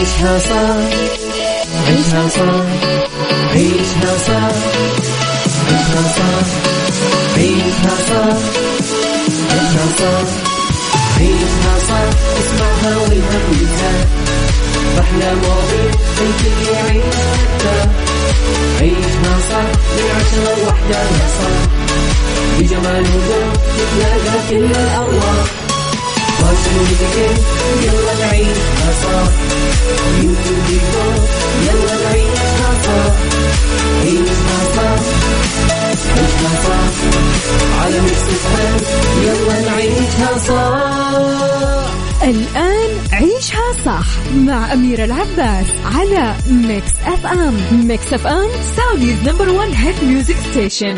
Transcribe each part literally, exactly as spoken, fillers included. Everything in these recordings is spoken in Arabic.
عيشها صح عيشها صح عيشها صح عيشها صح عيشها صح عيشها صح عيشها صح اسمعها والهم ينزاح أحلى مواضيع الكل يعيش حتى عيشها صح من عشرة لوحدة يا صاح بجمال وذوق تتلاقى كل الأرواح فاشل وذكر يلا نعيشها صح يمكن ديكور يلا نعيشها صح عيشها صح عيشها صح على ميكس اف ام يلا نعيشها صح. الآن عيشها صح مع أميرة العباس على ميكس اف ام. ميكس اف ام سعوديز نمبر ون هيت ميوزك ستيشن.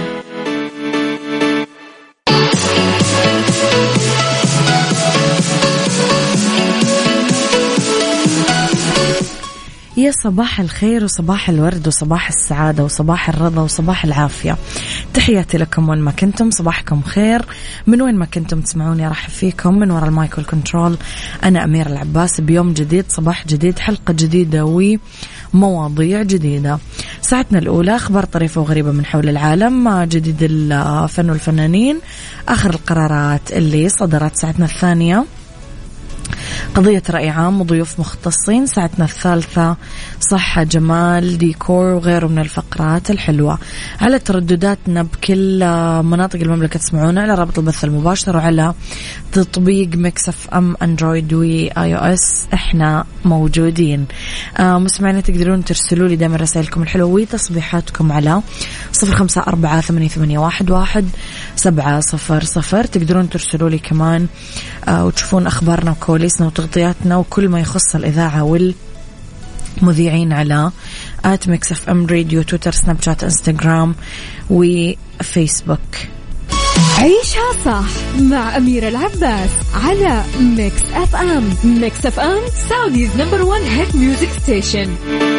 يا صباح الخير وصباح الورد وصباح السعادة وصباح الرضا وصباح العافية. تحياتي لكم وين ما كنتم، صباحكم خير من وين ما كنتم تسمعوني. راح فيكم من وراء المايك والكنترول أنا أميرة العباس بيوم جديد، صباح جديد، حلقة جديدة ومواضيع جديدة. ساعتنا الأولى أخبار طريفة وغريبة من حول العالم، جديد الفن والفنانين، آخر القرارات اللي صدرت. ساعتنا الثانية قضية رأي عام وضيوف مختصين. ساعتنا الثالثة صحة، جمال، ديكور وغيره من الفقرات الحلوة. على تردداتنا بكل مناطق المملكة تسمعونا على رابط البث المباشر وعلى تطبيق ميكس اف ام اندرويد وي اي او اس، احنا موجودين. آه مسمعين تقدرون ترسلوا لي دائما رسائلكم الحلوة وتصبيحاتكم على صفر خمسة أربعة ثمانية ثمانية واحد واحد سبعة صفر صفر. تقدرون ترسلوا لي كمان آه وتشوفون أخبارنا وكواليسنا وتغطياتنا وكل ما يخص الإذاعة والمذيعين على آت ميكس اف ام راديو، تويتر، سناب شات، انستغرام وفيسبوك. عيشها صح مع أميرة العباس على ميكس اف ام. ميكس اف ام سعوديز نمبر ون هيت ميوزك ستيشن.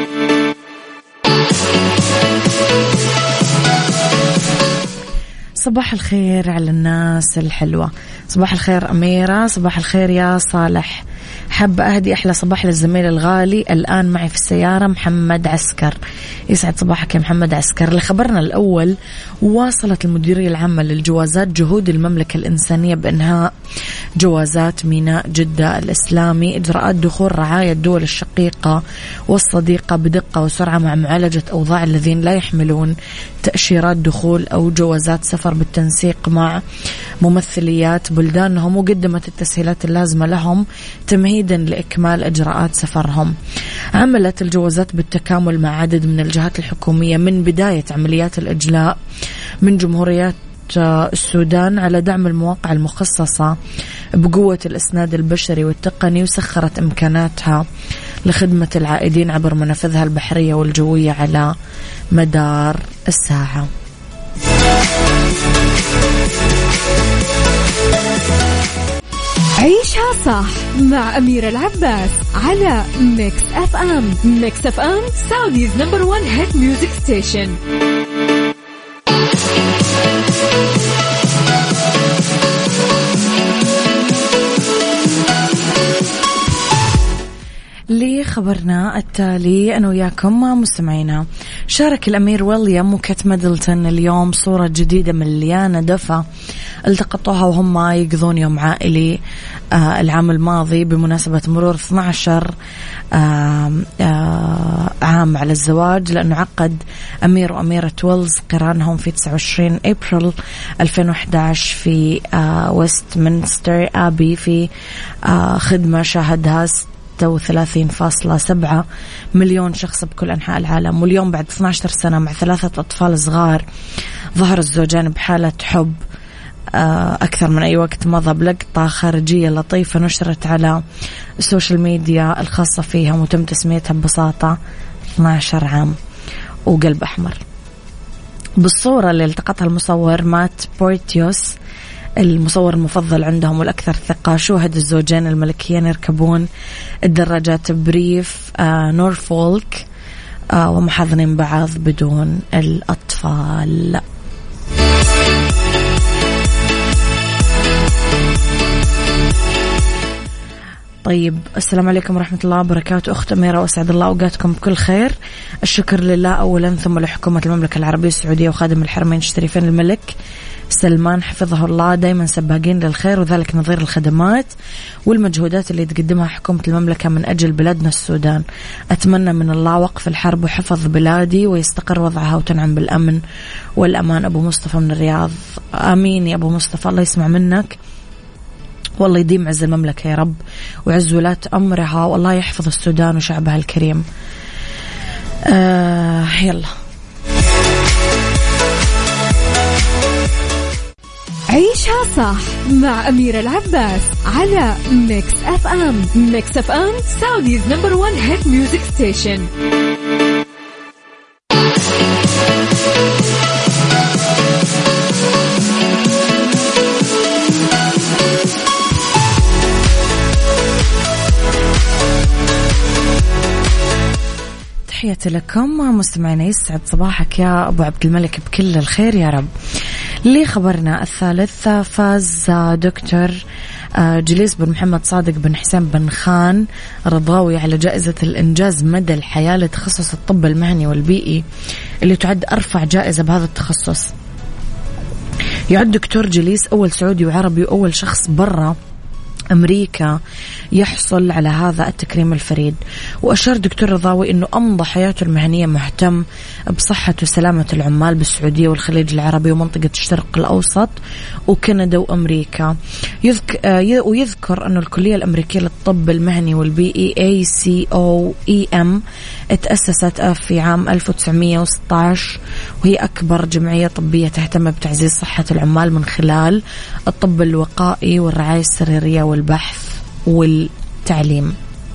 صباح الخير على الناس الحلوة، صباح الخير أميرة، صباح الخير يا صالح. حب أهدي أحلى صباح للزميل الغالي الآن معي في السيارة محمد عسكر. يسعد صباحك يا محمد عسكر. لخبرنا الأول، واصلت المديرية العامة للجوازات جهود المملكة الإنسانية بإنهاء جوازات ميناء جدة الإسلامي إجراءات دخول رعاية الدول الشقيقة والصديقة بدقة وسرعة مع معالجة أوضاع الذين لا يحملون تأشيرات دخول أو جوازات سفر بالتنسيق مع ممثليات بلدانهم، وقدمت التسهيلات اللازمة لهم تمهيدا لإكمال إجراءات سفرهم. عملت الجوازات بالتكامل مع عدد من الجهات الحكومية من بداية عمليات الإجلاء من جمهوريات السودان على دعم المواقع المخصصة بقوة الإسناد البشري والتقني، وسخرت إمكاناتها لخدمة العائدين عبر منافذها البحرية والجوية على مدار الساعة. عيشها صح مع أميرة العباس على ميكس اف ام. ميكس اف ام سعوديز نمبر ون هيت ميوزك ستيشن. لخبرنا التالي أنا وياكم مستمعينا، شارك الأمير ويليام وكيت ميدلتون اليوم صورة جديدة مليانة دفى التقطوها وهم يقضون يوم عائلي آه العام الماضي بمناسبة مرور اثنا عشر آه آه عام على الزواج، لأنه عقد أمير وأميرة ويلز قرانهم في تسعة وعشرين أبريل ألفين وأحد عشر في آه ويستمنستر آبي في آه خدمة شاهدها ستة وثلاثين فاصلة سبعة مليون شخص بكل أنحاء العالم. واليوم بعد اثنتي عشرة سنة مع ثلاثة أطفال صغار ظهر الزوجان بحالة حب أكثر من أي وقت مضى بلقطة خارجية لطيفة نشرت على السوشيال ميديا الخاصة فيهم وتم تسميتها ببساطة اثنا عشر عام وقلب أحمر. بالصورة اللي التقطها المصور مات بورتيوس المصور المفضل عندهم والأكثر ثقة، شوهد الزوجين الملكيين يركبون الدراجات بريف آه نورفولك آه ومحاضنين بعض بدون الأطفال. طيب السلام عليكم ورحمة الله وبركاته. أخت أميرة وأسعد الله أوقاتكم بكل خير. الشكر لله أولا ثم لحكومة المملكة العربية السعودية وخادم الحرمين الشريفين الملك سلمان حفظه الله، دايما سباقين للخير وذلك نظير الخدمات والمجهودات اللي تقدمها حكومة المملكة من أجل بلادنا السودان. أتمنى من الله وقف الحرب وحفظ بلادي ويستقر وضعها وتنعم بالأمن والأمان. أبو مصطفى من الرياض. آمين يا أبو مصطفى، الله يسمع منك والله يديم عز المملكة يا رب وعز ولاة أمرها، والله يحفظ السودان وشعبها الكريم. آه يلا عيشها صح مع أميرة العباس على ميكس أف أم. ميكس أف أم سعوديز نمبر ون هيت ميوزك ستيشن. تحياتي لكم مستمعينا، يسعد صباحك يا أبو عبد الملك بكل الخير يا رب. لي خبرنا الثالث، فاز دكتور جليس بن محمد صادق بن حسين بن خان رضاوي على جائزة الإنجاز مدى الحياة لتخصص الطب المهني والبيئي اللي تعد أرفع جائزة بهذا التخصص. يعد دكتور جليس أول سعودي وعربي وأول شخص برا أمريكا يحصل على هذا التكريم الفريد. وأشار دكتور رضاوي أنه أمضى حياته المهنية مهتم بصحة وسلامة العمال بالسعودية والخليج العربي ومنطقة الشرق الأوسط وكندا وأمريكا. يذك... ويذكر أنه الكلية الأمريكية للطب المهني والبيئي إيه سي أو إي إم تأسست في عام ألف وتسعمية وستة عشر وهي أكبر جمعية طبية تهتم بتعزيز صحة العمال من خلال الطب الوقائي والرعاية السريرية والبحث والتعليم.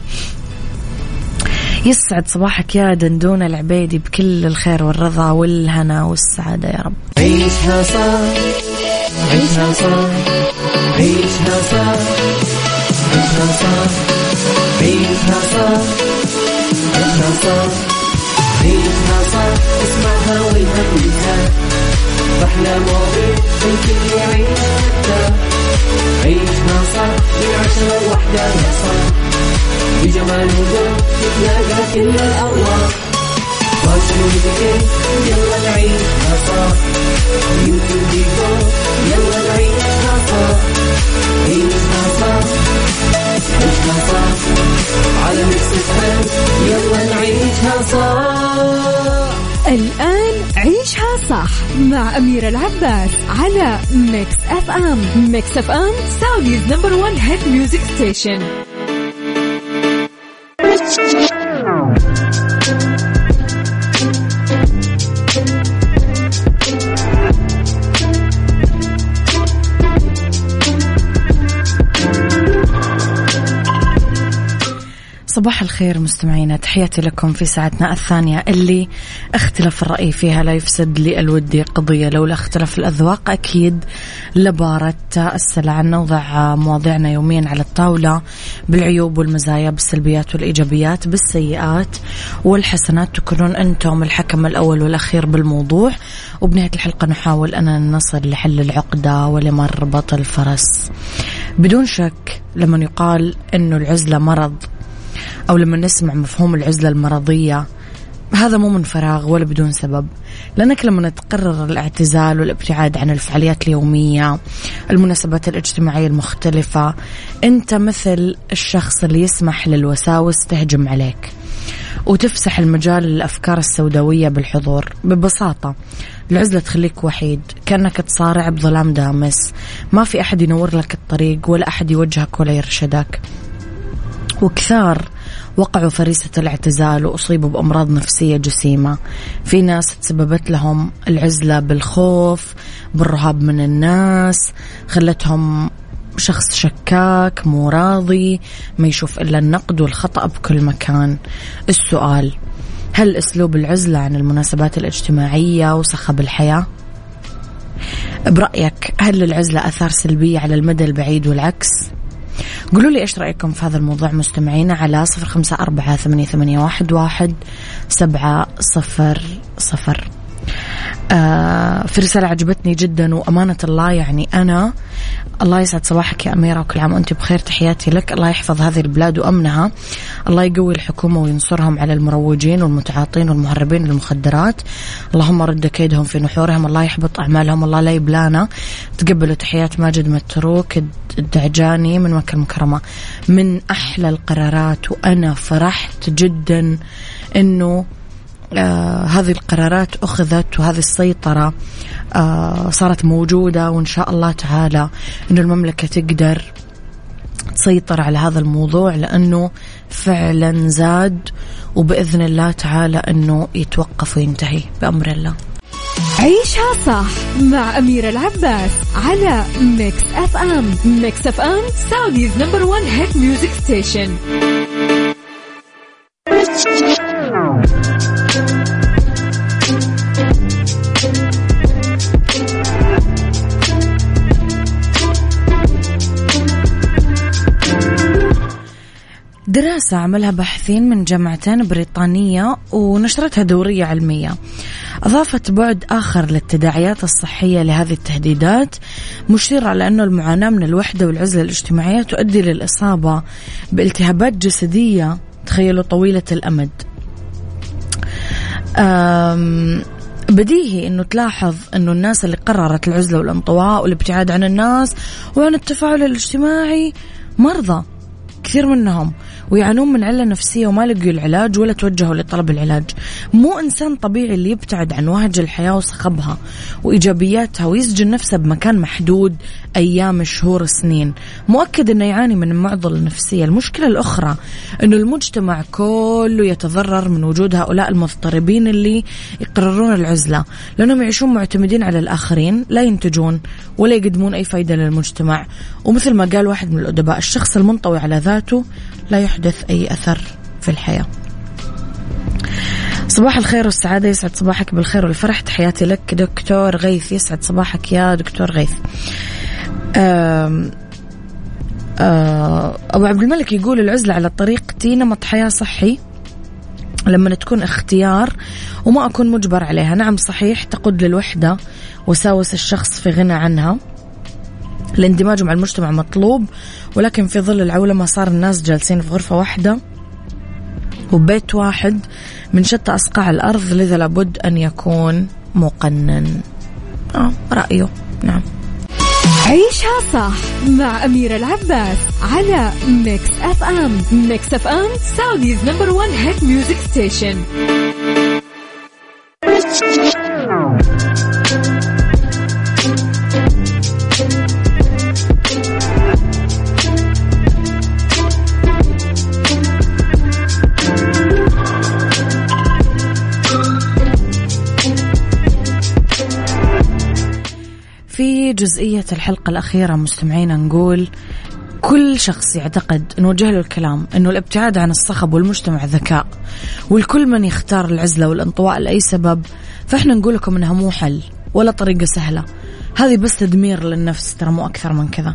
يسعد صباحك يا دندون العبيدي بكل الخير والرضا والهنا والسعادة يا رب. عيشها صح عيشها صح عيشها صح عيشها صح عيشها صح عيشها صح عيشها صح اسمعها والهم ينزاح أحلى مواضيع الكل يعيشها. عيشها صح من عشرة لوحدة يا صاح بجمال وذوق تتلاقى كل الأرواح. فاشل وذكر يلا نعيشها صح، يمكن ديكور يلا نعيشها صح. عيشها صح عيشها صح على ميكس اف ام يلا نعيشها صح. الآن عيشها صح مع أميرة العباس على ميكس أف أم. ميكس أف أم سعوديز نمبر ون هيت ميوزك ستيشن. صباح الخير مستمعينا، تحياتي لكم في ساعتنا الثانية اللي اختلاف الرأي فيها لا يفسد لي الودي قضية. لولا اختلاف الأذواق أكيد لبارة السلع. نوضع مواضيعنا يوميا على الطاولة بالعيوب والمزايا، بالسلبيات والإيجابيات، بالسيئات والحسنات. تكونون أنتم الحكم الأول والأخير بالموضوع، وبنهاية الحلقة نحاول أن نصل لحل العقدة ولمربط الفرس. بدون شك لما يقال أنه العزلة مرض أو لما نسمع مفهوم العزلة المرضية هذا مو من فراغ ولا بدون سبب، لأنك لما تقرر الاعتزال والابتعاد عن الفعاليات اليومية المناسبات الاجتماعية المختلفة أنت مثل الشخص اللي يسمح للوساوس تهجم عليك وتفسح المجال للأفكار السوداوية بالحضور. ببساطة العزلة تخليك وحيد، كأنك تصارع بظلام دامس، ما في أحد ينور لك الطريق ولا أحد يوجهك ولا يرشدك. وكثار وقعوا فريسة الاعتزال وأصيبوا بأمراض نفسية جسيمة. في ناس تسببت لهم العزلة بالخوف، بالرهاب من الناس، خلتهم شخص شكاك مو راضي، ما يشوف إلا النقد والخطأ بكل مكان. السؤال: هل أسلوب العزلة عن المناسبات الاجتماعية وصخب الحياة؟ برأيك هل للعزلة أثار سلبية على المدى البعيد والعكس؟ قولوا لي إيش رأيكم في هذا الموضوع مستمعينا على صفر خمسة أربعة ثمانية ثمانية واحد واحد سبعة صفر صفر. آه في رسالة عجبتني جدا وأمانة الله يعني أنا الله يسعد صباحك يا أميرة وكل عام وأنت بخير، تحياتي لك. الله يحفظ هذه البلاد وأمنها، الله يقوي الحكومة وينصرهم على المروجين والمتعاطين والمهربين للمخدرات، اللهم رد كيدهم في نحورهم، الله يحبط أعمالهم، الله لا يبلانا. تقبلوا تحيات ماجد متروك الدعجاني من مكة المكرمة. من أحلى القرارات وأنا فرحت جدا إنه آه هذه القرارات أخذت وهذه السيطرة آه صارت موجودة، وإن شاء الله تعالى إنه المملكة تقدر تسيطر على هذا الموضوع لأنه فعلا زاد، وبإذن الله تعالى إنه يتوقف وينتهي بأمر الله. عيشها صح مع أميرة العباس على ميكس أف أم. ميكس أف أم سعوديز نمبر ون هيت ميوزك ستيشن. دراسة عملها باحثين من جامعتين بريطانية ونشرتها دورية علمية أضافت بعد آخر للتداعيات الصحية لهذه التهديدات، مشير على أنه المعاناة من الوحدة والعزلة الاجتماعية تؤدي للإصابة بالتهابات جسدية تخيلوا طويلة الأمد. بديهي أنه تلاحظ أنه الناس اللي قررت العزلة والانطواء والابتعاد عن الناس وعن التفاعل الاجتماعي مرضى كثير منهم ويعانون من علة نفسية وما لقوا العلاج ولا توجهوا لطلب العلاج. مو إنسان طبيعي اللي يبتعد عن وهج الحياة وصخبها وإيجابياتها ويسجن نفسه بمكان محدود أيام شهور سنين، مؤكد أنه يعاني من معضلة نفسية. المشكلة الأخرى أنه المجتمع كله يتضرر من وجود هؤلاء المضطربين اللي يقررون العزلة، لأنهم يعيشون معتمدين على الآخرين، لا ينتجون ولا يقدمون أي فايدة للمجتمع. ومثل ما قال واحد من الأدباء، الشخص المنطوي على ذاته لا يحدث أي أثر في الحياة. صباح الخير والسعادة، يسعد صباحك بالخير والفرح، تحياتي لك دكتور غيث. يسعد صباحك يا دكتور غيث. آم آم أبو عبد الملك يقول العزلة على طريقتي نمط حياة صحي لما تكون اختيار وما أكون مجبر عليها. نعم صحيح تقود للوحدة وساوس الشخص في غنى عنها، الاندماج مع المجتمع مطلوب، ولكن في ظل العولمة صار الناس جالسين في غرفة واحدة وبيت واحد من شتى أصقاع الأرض، لذا لابد أن يكون مقنن. آه رأيه. نعم. عيشها صح مع أميرة العباس على ميكس أف أم. ميكس أف أم سعوديز نمبر ون هيت ميوزك ستيشن. في جزئية الحلقة الأخيرة مستمعينا نقول كل شخص يعتقد نوجه له الكلام أنه الابتعاد عن الصخب والمجتمع ذكاء، والكل من يختار العزلة والانطواء لأي سبب، فإحنا نقول لكم أنها مو حل ولا طريقة سهلة، هذه بس تدمير للنفس، ترى مو أكثر من كذا.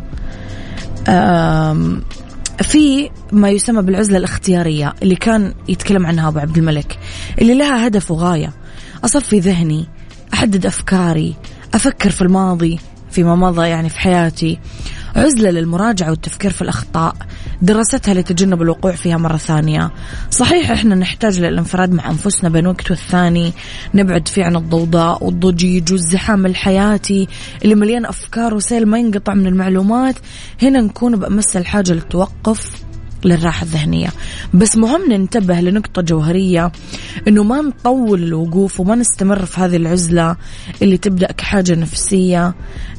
في ما يسمى بالعزلة الاختيارية اللي كان يتكلم عنها أبو عبد الملك، اللي لها هدف وغاية، أصفي ذهني، أحدد أفكاري، أفكر في الماضي فيما مضى يعني في حياتي، عزلة للمراجعة والتفكير في الأخطاء، دراستها لتجنب الوقوع فيها مرة ثانية. صحيح إحنا نحتاج للانفراد مع أنفسنا بين وقت والثاني، نبعد فيه عن الضوضاء والضجيج والزحام الحياتي اللي مليان أفكار وسيل ما ينقطع من المعلومات. هنا نكون بأمس الحاجة للتوقف للراحة الذهنية، بس مهم ننتبه لنقطة جوهرية، إنه ما نطول الوقوف وما نستمر في هذه العزلة اللي تبدأ كحاجة نفسية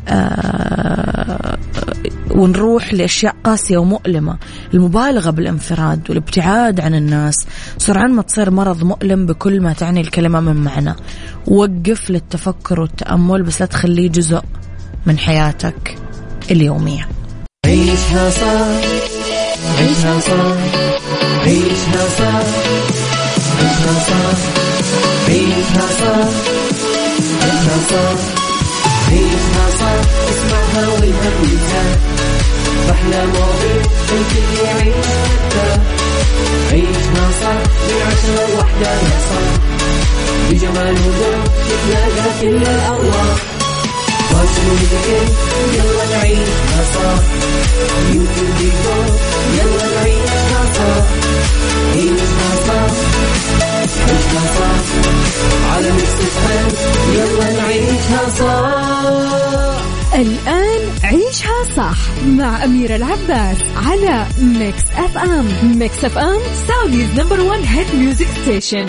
آه ونروح لأشياء قاسية ومؤلمة. المبالغة بالانفراد والابتعاد عن الناس سرعان ما تصير مرض مؤلم بكل ما تعني الكلمة من معنى. وقف للتفكر والتأمل، بس لا تخليه جزء من حياتك اليومية. عيشها صح، عيشها صح، عيشها صح، عيشها صح، عيشها صح، عيشها صح، عيشها صح، اسمعها والهم ينزاح، أحلى مواضيع الكل يعيشها، عيشها صح من عشرة لوحدة يا صاح، بجمال وذوق تتلاقى كل الأرواح واشوفك يلا نعيشها صح يمكن بيكون يلا نعيشها صح عيشها صح عيشها صح على ميكس اف ام يلا نعيشها صح. الآن عيشها صح مع أميرة العباس على ميكس اف ام. ميكس اف ام سعوديز نمبر ون هيت ميوزك ستيشن.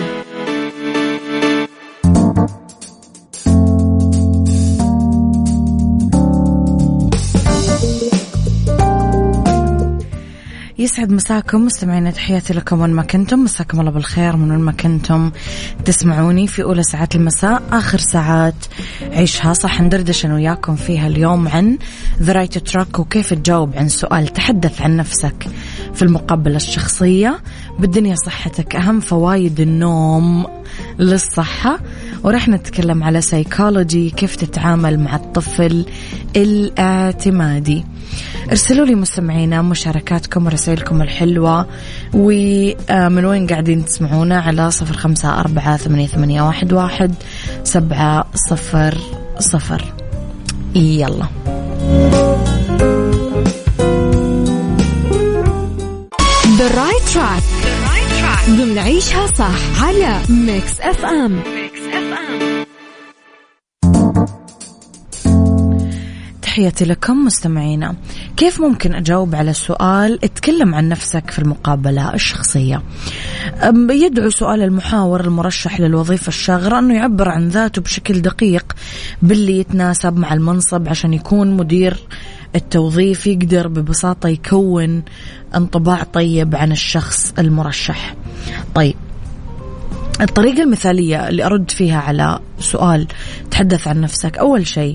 يسعد مساكم مستمعين، تحياتي لكم وين ما كنتم، مساكم الله بالخير من وين ما كنتم تسمعوني في أولى ساعات المساء، آخر ساعات عيشها صح. ندردش أنا وياكم فيها اليوم عن The Right to Track وكيف تجاوب عن سؤال تحدث عن نفسك في المقابلة الشخصية. بالدنيا صحتك، أهم فوائد النوم للصحة، ورح نتكلم على سايكولوجي كيف تتعامل مع الطفل الاعتمادي. ارسلوا لي مستمعينا مشاركاتكم ورسائلكم الحلوة ومن وين قاعدين تسمعونا على صفر خمسة أربعة ثمانية ثمانية واحد واحد سبعة صفر صفر. يلا The Right Track ضمن عيشها صح على ميكس اف ام. تحياتي لكم مستمعينا. كيف ممكن أجاوب على سؤال اتكلم عن نفسك في المقابلة الشخصية؟ يدعو سؤال المحاور المرشح للوظيفة الشاغرة أنه يعبر عن ذاته بشكل دقيق باللي يتناسب مع المنصب عشان يكون مدير التوظيف، يقدر ببساطة يكون انطباع طيب عن الشخص المرشح. طيب، الطريقة المثالية اللي أرد فيها على سؤال تحدث عن نفسك، أول شيء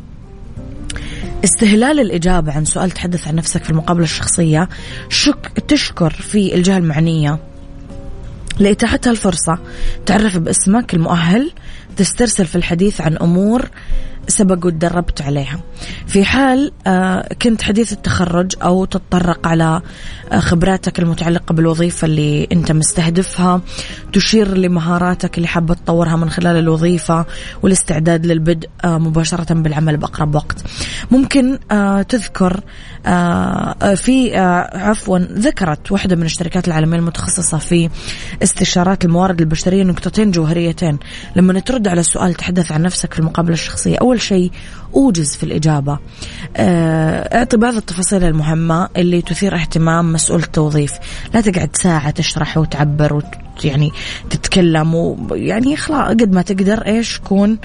استهلال الإجابة عن سؤال تحدث عن نفسك في المقابلة الشخصية، شك تشكر في الجهة المعنية لإتاحتها الفرصة تعرف باسمك المؤهل، تسترسل في الحديث عن أمور سبق وتدربت عليها. في حال كنت حديث التخرج أو تتطرق على خبراتك المتعلقة بالوظيفة اللي أنت مستهدفها، تشير لمهاراتك اللي حابة تطورها من خلال الوظيفة والاستعداد للبدء مباشرة بالعمل بأقرب وقت. ممكن تذكر في عفوا ذكرت واحدة من الشركات العالمية المتخصصة في استشارات الموارد البشرية نقطتين جوهريتين لما ترد على السؤال تحدث عن نفسك في المقابلة الشخصية. أول شيء أوجز في الإجابة، اعطي بعض التفاصيل المهمة اللي تثير اهتمام مسؤول التوظيف، لا تقعد ساعة تشرح وتعبر وت يعني تتكلم ويعني خلاص، قد ما تقدر إيش كون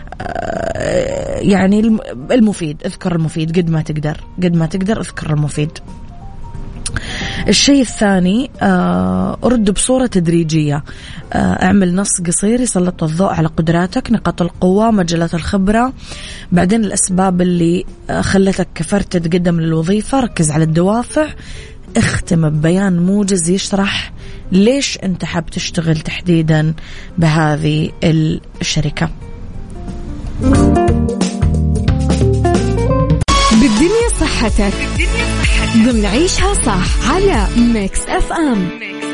يعني المفيد، اذكر المفيد قد ما تقدر قد ما تقدر اذكر المفيد. الشيء الثاني أرد بصورة تدريجية، اعمل نص قصير يسلط الضوء على قدراتك، نقاط القوة، مجالات الخبرة، بعدين الأسباب اللي خلتك كفرت تتقدم للوظيفة، ركز على الدوافع، اختم ببيان موجز يشرح ليش انت حاب تشتغل تحديدا بهذه الشركة. بالدنيا صحتك ضمن عيشها صح على ميكس اف ام.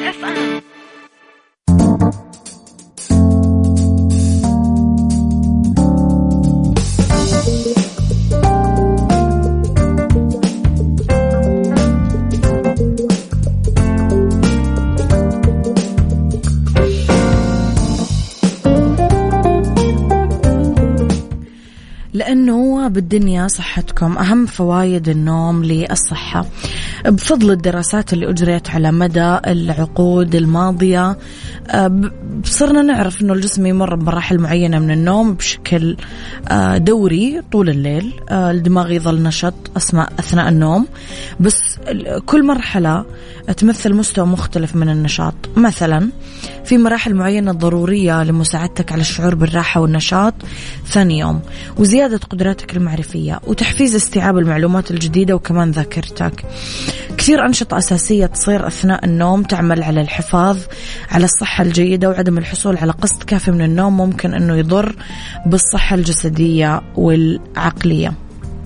لأنه بالدنيا صحتكم، أهم فوائد النوم للصحة. بفضل الدراسات اللي أجريت على مدى العقود الماضية صرنا نعرف أنه الجسم يمر بمراحل معينة من النوم بشكل دوري طول الليل، الدماغ يظل نشط أثناء النوم، بس كل مرحلة تمثل مستوى مختلف من النشاط. مثلا في مراحل معينة ضرورية لمساعدتك على الشعور بالراحة والنشاط ثاني يوم، وزيادة قدراتك المعرفية، وتحفيز استيعاب المعلومات الجديدة، وكمان ذاكرتك. كثير أنشطة أساسية تصير أثناء النوم تعمل على الحفاظ على الصحة الجيدة، وعدم الحصول على قسط كافي من النوم ممكن أنه يضر بالصحة الجسدية والعقلية.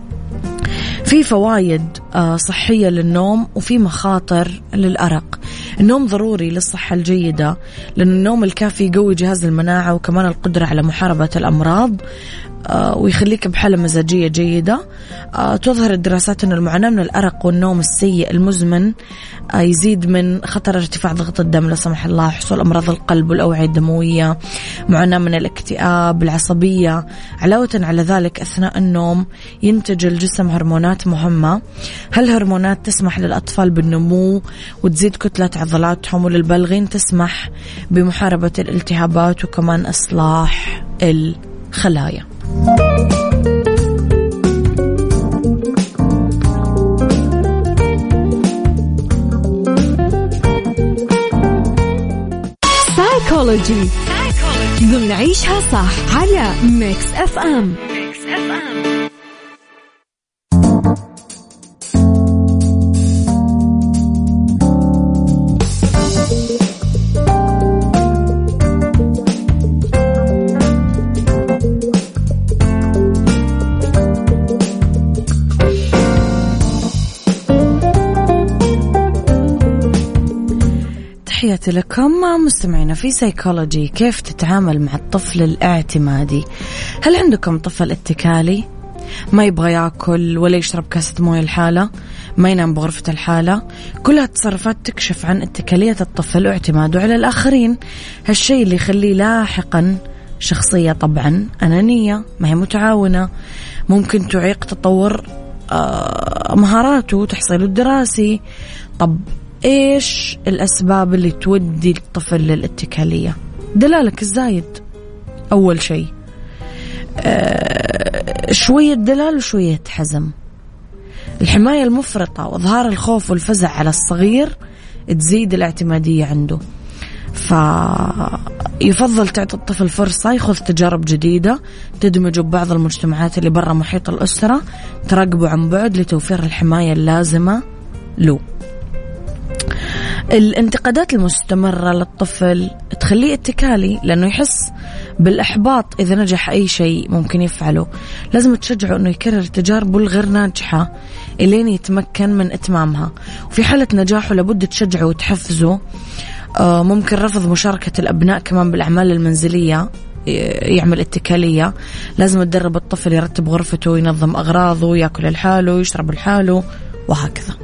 في فوائد صحية للنوم وفي مخاطر للأرق. النوم ضروري للصحة الجيدة، لأن النوم الكافي يقوي جهاز المناعة وكمان القدرة على محاربة الأمراض آه ويخليك بحالة مزاجية جيدة. آه تظهر الدراسات أن المعاناة من الأرق والنوم السيء المزمن آه يزيد من خطر ارتفاع ضغط الدم لا سمح الله، حصول أمراض القلب والأوعية الدموية، معاناة من الاكتئاب، العصبية. علاوة على ذلك أثناء النوم ينتج الجسم هرمونات مهمة، هالهرمونات تسمح للأطفال بالنمو وتزيد كتلة عضلاتهم، وللبالغين تسمح بمحاربة الالتهابات وكمان إصلاح الخلايا. سايكولوجي ضمن عيشها صح على ميكس اف ام. تحياتي لكم مستمعينا في سايكولوجي. كيف تتعامل مع الطفل الاعتمادي؟ هل عندكم طفل اتكالي ما يبغى ياكل ولا يشرب كاسة موية الحالة، ما ينام بغرفة الحالة؟ كلها تصرفات تكشف عن اتكالية الطفل واعتماده على الآخرين. هالشيء اللي يخليه لاحقا شخصية طبعا أنانية، ما هي متعاونة، ممكن تعيق تطور مهاراته وتحصيله الدراسي. طب إيش الأسباب اللي تودي الطفل للاتكالية؟ دلالك الزايد أول شيء، أه شوية دلال وشوية حزم. الحماية المفرطة وإظهار الخوف والفزع على الصغير تزيد الاعتمادية عنده. فيفضل تعطي الطفل فرصة يخوض تجارب جديدة، تدمجه ببعض المجتمعات اللي برا محيط الأسرة، تراقبه عن بعد لتوفير الحماية اللازمة له. الانتقادات المستمرة للطفل تخليه اتكالي، لأنه يحس بالإحباط إذا نجح أي شيء ممكن يفعله. لازم تشجعه أنه يكرر تجاربه الغير ناجحة إلين يتمكن من إتمامها، وفي حالة نجاحه لابد تشجعه وتحفزه. ممكن رفض مشاركة الأبناء كمان بالأعمال المنزلية يعمل اتكالية. لازم تدرب الطفل يرتب غرفته، ينظم أغراضه، يأكل لحاله، يشرب لحاله وهكذا.